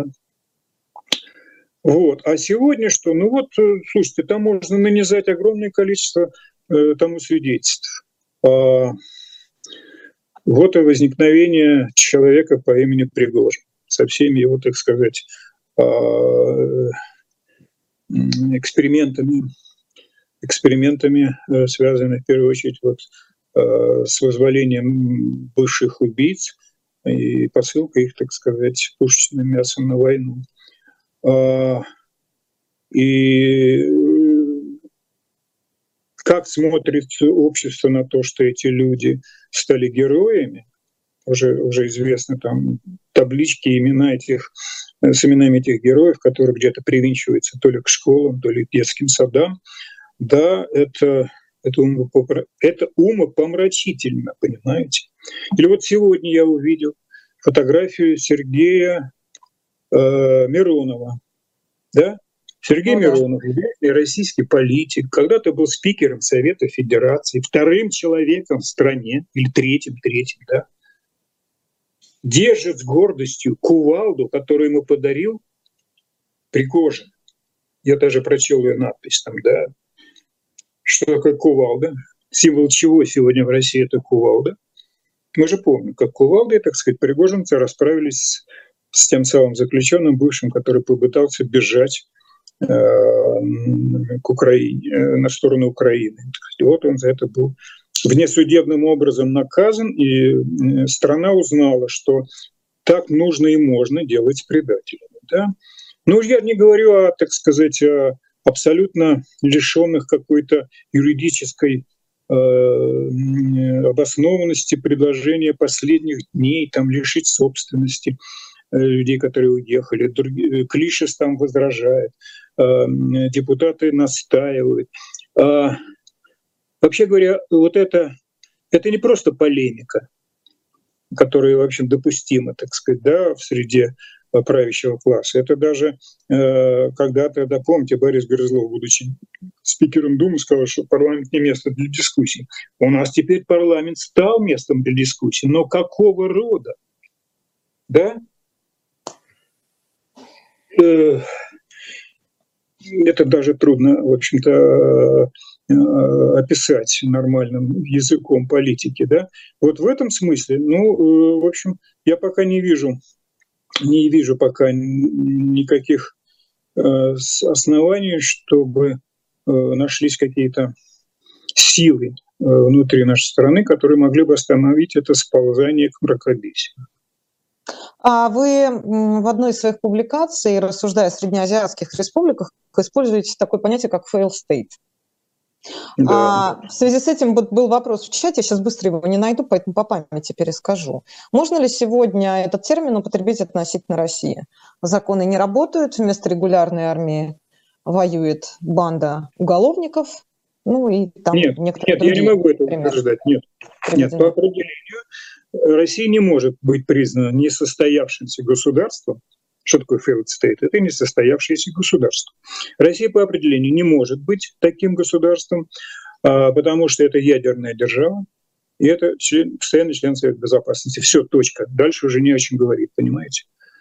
Вот. А сегодня что? Слушайте, там можно нанизать огромное количество тому свидетельств. Вот и возникновение человека по имени Пригожин со всеми его, так сказать, экспериментами, связанными в первую очередь с вызволением бывших убийц и посылкой их, так сказать, пушечным мясом на войну. И как смотрит общество на то, что эти люди стали героями, уже известны там таблички, с именами этих героев, которые где-то привинчиваются то ли к школам, то ли к детским садам. Да, это умопомрачительно, понимаете? Или вот сегодня я увидел фотографию Сергея Миронова. Да? Сергей Миронов, известный российский политик, когда-то был спикером Совета Федерации, вторым человеком в стране, или третьим, да, держит с гордостью кувалду, которую ему подарил Пригожин. Я даже прочел ее надпись там, да. Что такое кувалда? Символ чего сегодня в России это кувалда? Мы же помним, как кувалдой, так сказать, пригожинцы расправились с тем самым заключенным бывшим, который попытался бежать к Украине, на сторону Украины. Вот он за это был внесудебным образом наказан, и страна узнала, что так нужно и можно делать с предателями. Да? Ну, я не говорю о, так сказать, о абсолютно лишенных какой-то юридической обоснованности предложения последних дней там, лишить собственности людей, которые уехали. Клишес там возражает, депутаты настаивают. Вообще говоря, вот это не просто полемика, которая, в общем, допустима, так сказать, да, в среде правящего класса. Это даже когда-то, да, помните, Борис Грызлов, будучи спикером Думы, сказал, что парламент не место для дискуссий. У нас теперь парламент стал местом для дискуссий, но какого рода? Да? Это даже трудно, в общем-то, описать нормальным языком политики, да? Вот в этом смысле, ну, в общем, я пока не вижу пока никаких оснований, чтобы нашлись какие-то силы внутри нашей страны, которые могли бы остановить это сползание к мракобесию. А вы в одной из своих публикаций, рассуждая о среднеазиатских республиках, используете такое понятие, как fail state. Да. В связи с этим был вопрос в чате, я сейчас быстро его не найду, поэтому по памяти перескажу. Можно ли сегодня этот термин употребить относительно России? Законы не работают, вместо регулярной армии воюет банда уголовников, ну и там некоторые другие. Я не могу это утверждать, нет. По определению Россия не может быть признана несостоявшимся государством. Что такое failed state? Это несостоявшееся государство. Россия по определению не может быть таким государством, потому что это ядерная держава, и это постоянный член Совета Безопасности. Все, точка. Дальше уже не о чем говорить, понимаете?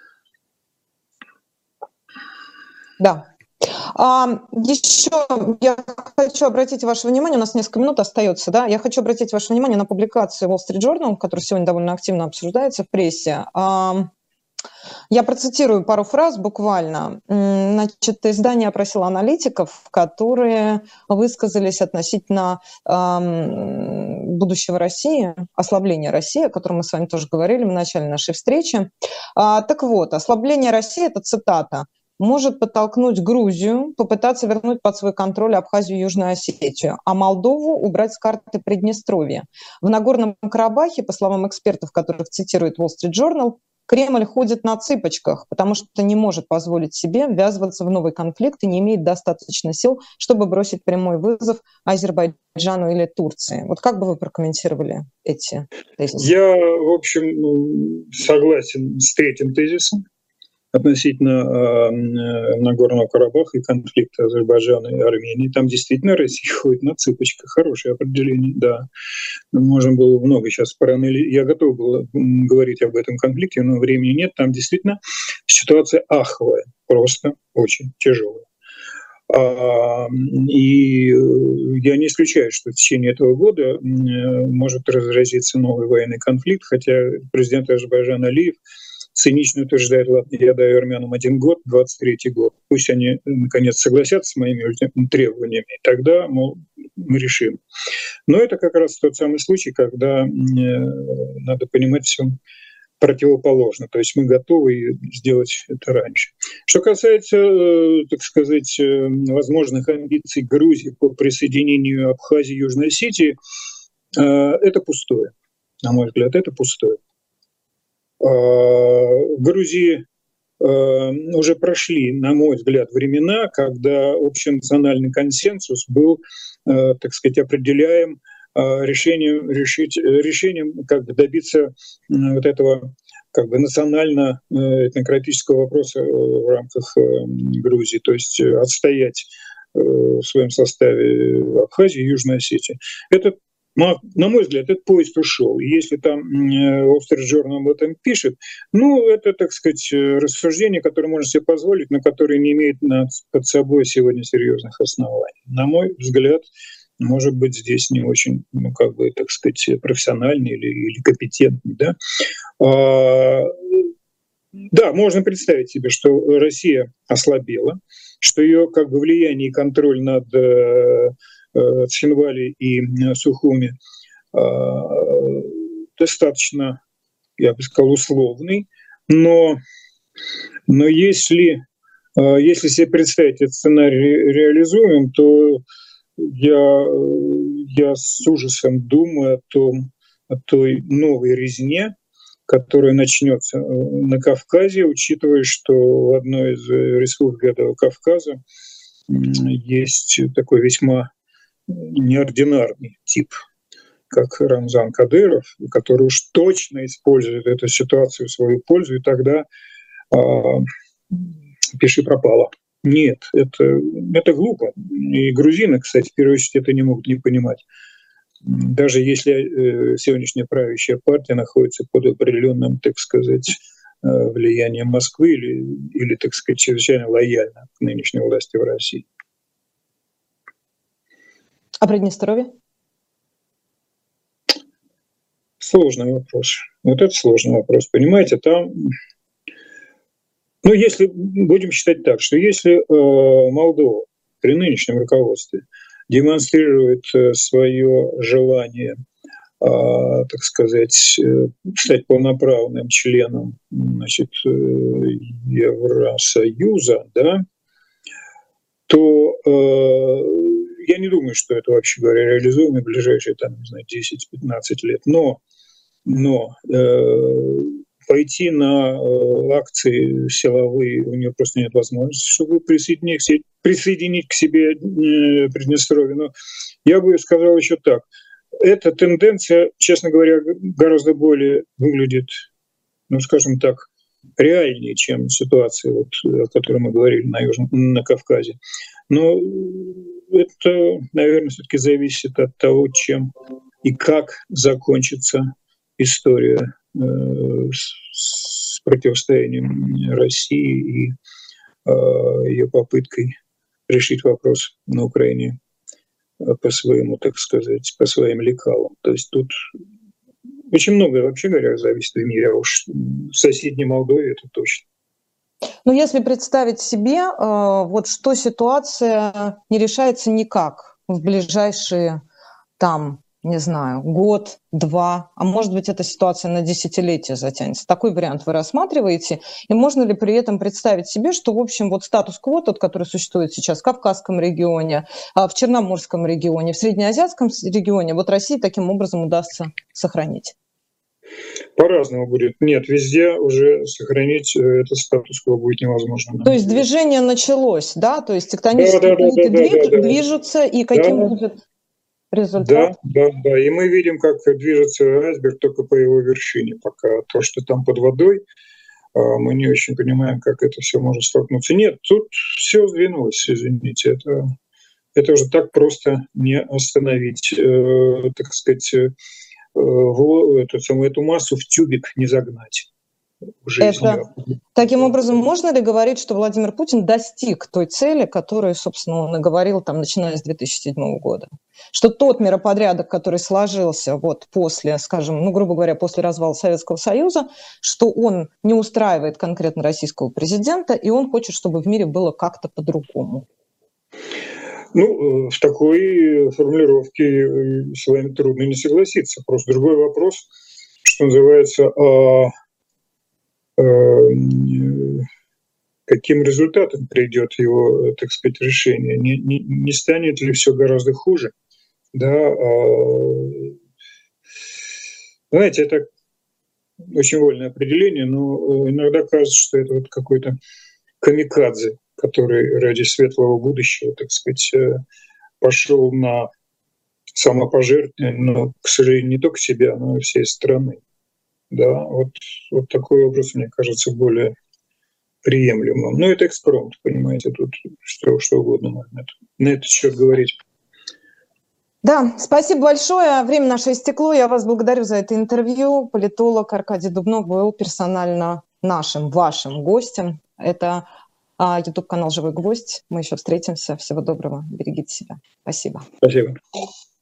Да. Еще я хочу обратить ваше внимание, у нас несколько минут остается, да, я хочу обратить ваше внимание на публикацию Wall Street Journal, которая сегодня довольно активно обсуждается в прессе. Я процитирую пару фраз буквально. Значит, издание опросило аналитиков, которые высказались относительно будущего России, ослабления России, о котором мы с вами тоже говорили в начале нашей встречи. Так вот, ослабление России, это цитата, может подтолкнуть Грузию попытаться вернуть под свой контроль Абхазию и Южную Осетию, а Молдову убрать с карты Приднестровья. В Нагорном Карабахе, по словам экспертов, которых цитирует Wall Street Journal, Кремль ходит на цыпочках, потому что не может позволить себе ввязываться в новый конфликт и не имеет достаточно сил, чтобы бросить прямой вызов Азербайджану или Турции. Вот как бы вы прокомментировали эти тезисы? Я, в общем, согласен с третьим тезисом относительно Нагорного Карабаха и конфликта Азербайджана и Армении. Там действительно Россия ходит на цыпочках. Хорошее определение, да. Можно было много сейчас проанализировать. Я готов был говорить об этом конфликте, но времени нет. Там действительно ситуация аховая, просто очень тяжелая. И я не исключаю, что в течение этого года может разразиться новый военный конфликт, хотя президент Азербайджана Алиев цинично утверждает, ладно, я даю армянам 1 год, 23-й год, пусть они, наконец, согласятся с моими требованиями, и тогда, мол, мы решим. Но это как раз тот самый случай, когда надо понимать все противоположно. То есть мы готовы сделать это раньше. Что касается, так сказать, возможных амбиций Грузии по присоединению Абхазии и Южной Осетии, это пустое. На мой взгляд, это пустое. В Грузии уже прошли, на мой взгляд, времена, когда общенациональный консенсус был, так сказать, определяем решением как бы добиться вот этого как бы национально-этнократического вопроса в рамках Грузии, то есть отстоять в своем составе Абхазию и Южную Осетию. Это, на мой взгляд, этот поезд ушел. Если там Wall Street Journal об этом пишет, ну, это, так сказать, рассуждение, которое можно себе позволить, но которое не имеет под собой сегодня серьезных оснований. На мой взгляд, может быть, здесь не очень, ну, как бы, так сказать, профессиональный или компетентный, да. Да, можно представить себе, что Россия ослабела, что ее как бы влияние и контроль над Цхинвали и Сухуми достаточно, я бы сказал, условный, но если себе представить этот сценарий реализуемым, то я с ужасом думаю о той новой резне, которая начнется на Кавказе, учитывая, что в одной из республик этого Кавказа есть такой весьма неординарный тип, как Рамзан Кадыров, который уж точно использует эту ситуацию в свою пользу, и тогда пиши пропало. Нет, это глупо. И грузины, кстати, в первую очередь это не могут не понимать. Даже если сегодняшняя правящая партия находится под определенным, так сказать, влиянием Москвы или, так сказать, чрезвычайно лояльна к нынешней власти в России. А Приднестровье? Сложный вопрос. Вот это сложный вопрос. Понимаете, там... Ну, если будем считать так, что если Молдова при нынешнем руководстве демонстрирует свое желание, так сказать, стать полноправным членом, значит, Евросоюза, да, то я не думаю, что это, вообще говоря, реализуемо в ближайшие, там, не знаю, 10-15 лет. Но пойти на акции силовые у нее просто нет возможности, чтобы присоединить к себе Приднестровье. Но я бы сказал еще так. Эта тенденция, честно говоря, гораздо более выглядит, ну, скажем так, реальнее, чем ситуация, вот, о которой мы говорили на Кавказе. Но это, наверное, все-таки зависит от того, чем и как закончится история с противостоянием России и ее попыткой решить вопрос на Украине по своему, так сказать, по своим лекалам. То есть тут очень многое, вообще говоря, зависит в мире, а уж в соседней Молдове это точно. Но если представить себе, вот что ситуация не решается никак в ближайшие, там, не знаю, год, два, а может быть, эта ситуация на десятилетие затянется. Такой вариант вы рассматриваете? И можно ли при этом представить себе, что, в общем, вот статус-кво, тот, который существует сейчас в Кавказском регионе, в Черноморском регионе, в Среднеазиатском регионе, вот России таким образом удастся сохранить? По-разному будет. Нет, везде уже сохранить этот статус-кво будет невозможно. То есть движение началось, да? То есть тектонические плиты движутся, и каким будет результат? Да. И мы видим, как движется айсберг только по его вершине. Пока то, что там под водой, мы не очень понимаем, как это все может столкнуться. Нет, тут все сдвинулось, извините. Это уже так просто не остановить, так сказать, эту массу в тюбик не загнать. жизнью. Таким образом, можно ли говорить, что Владимир Путин достиг той цели, которую, собственно, он и говорил, там, начиная с 2007 года? Что тот миропорядок, который сложился вот после, скажем, ну, грубо говоря, после развала Советского Союза, что он не устраивает конкретно российского президента, и он хочет, чтобы в мире было как-то по-другому? Ну, в такой формулировке с вами трудно не согласиться. Просто другой вопрос, что называется, каким результатом придет его, так сказать, решение? Не станет ли все гораздо хуже? Да, знаете, это очень вольное определение, но иногда кажется, что это вот какой-то камикадзе, который ради светлого будущего, так сказать, пошел на самопожертвование, но, к сожалению, не только себя, но и всей страны. Да, вот такой образ, мне кажется, более приемлемым. Но это экспромт, понимаете, тут что угодно можно на этот счет говорить. Да, спасибо большое. Время наше истекло. Я вас благодарю за это интервью. Политолог Аркадий Дубнов был персонально вашим гостем. Это YouTube-канал «Живой гвоздь». Мы еще встретимся. Всего доброго. Берегите себя. Спасибо. Спасибо.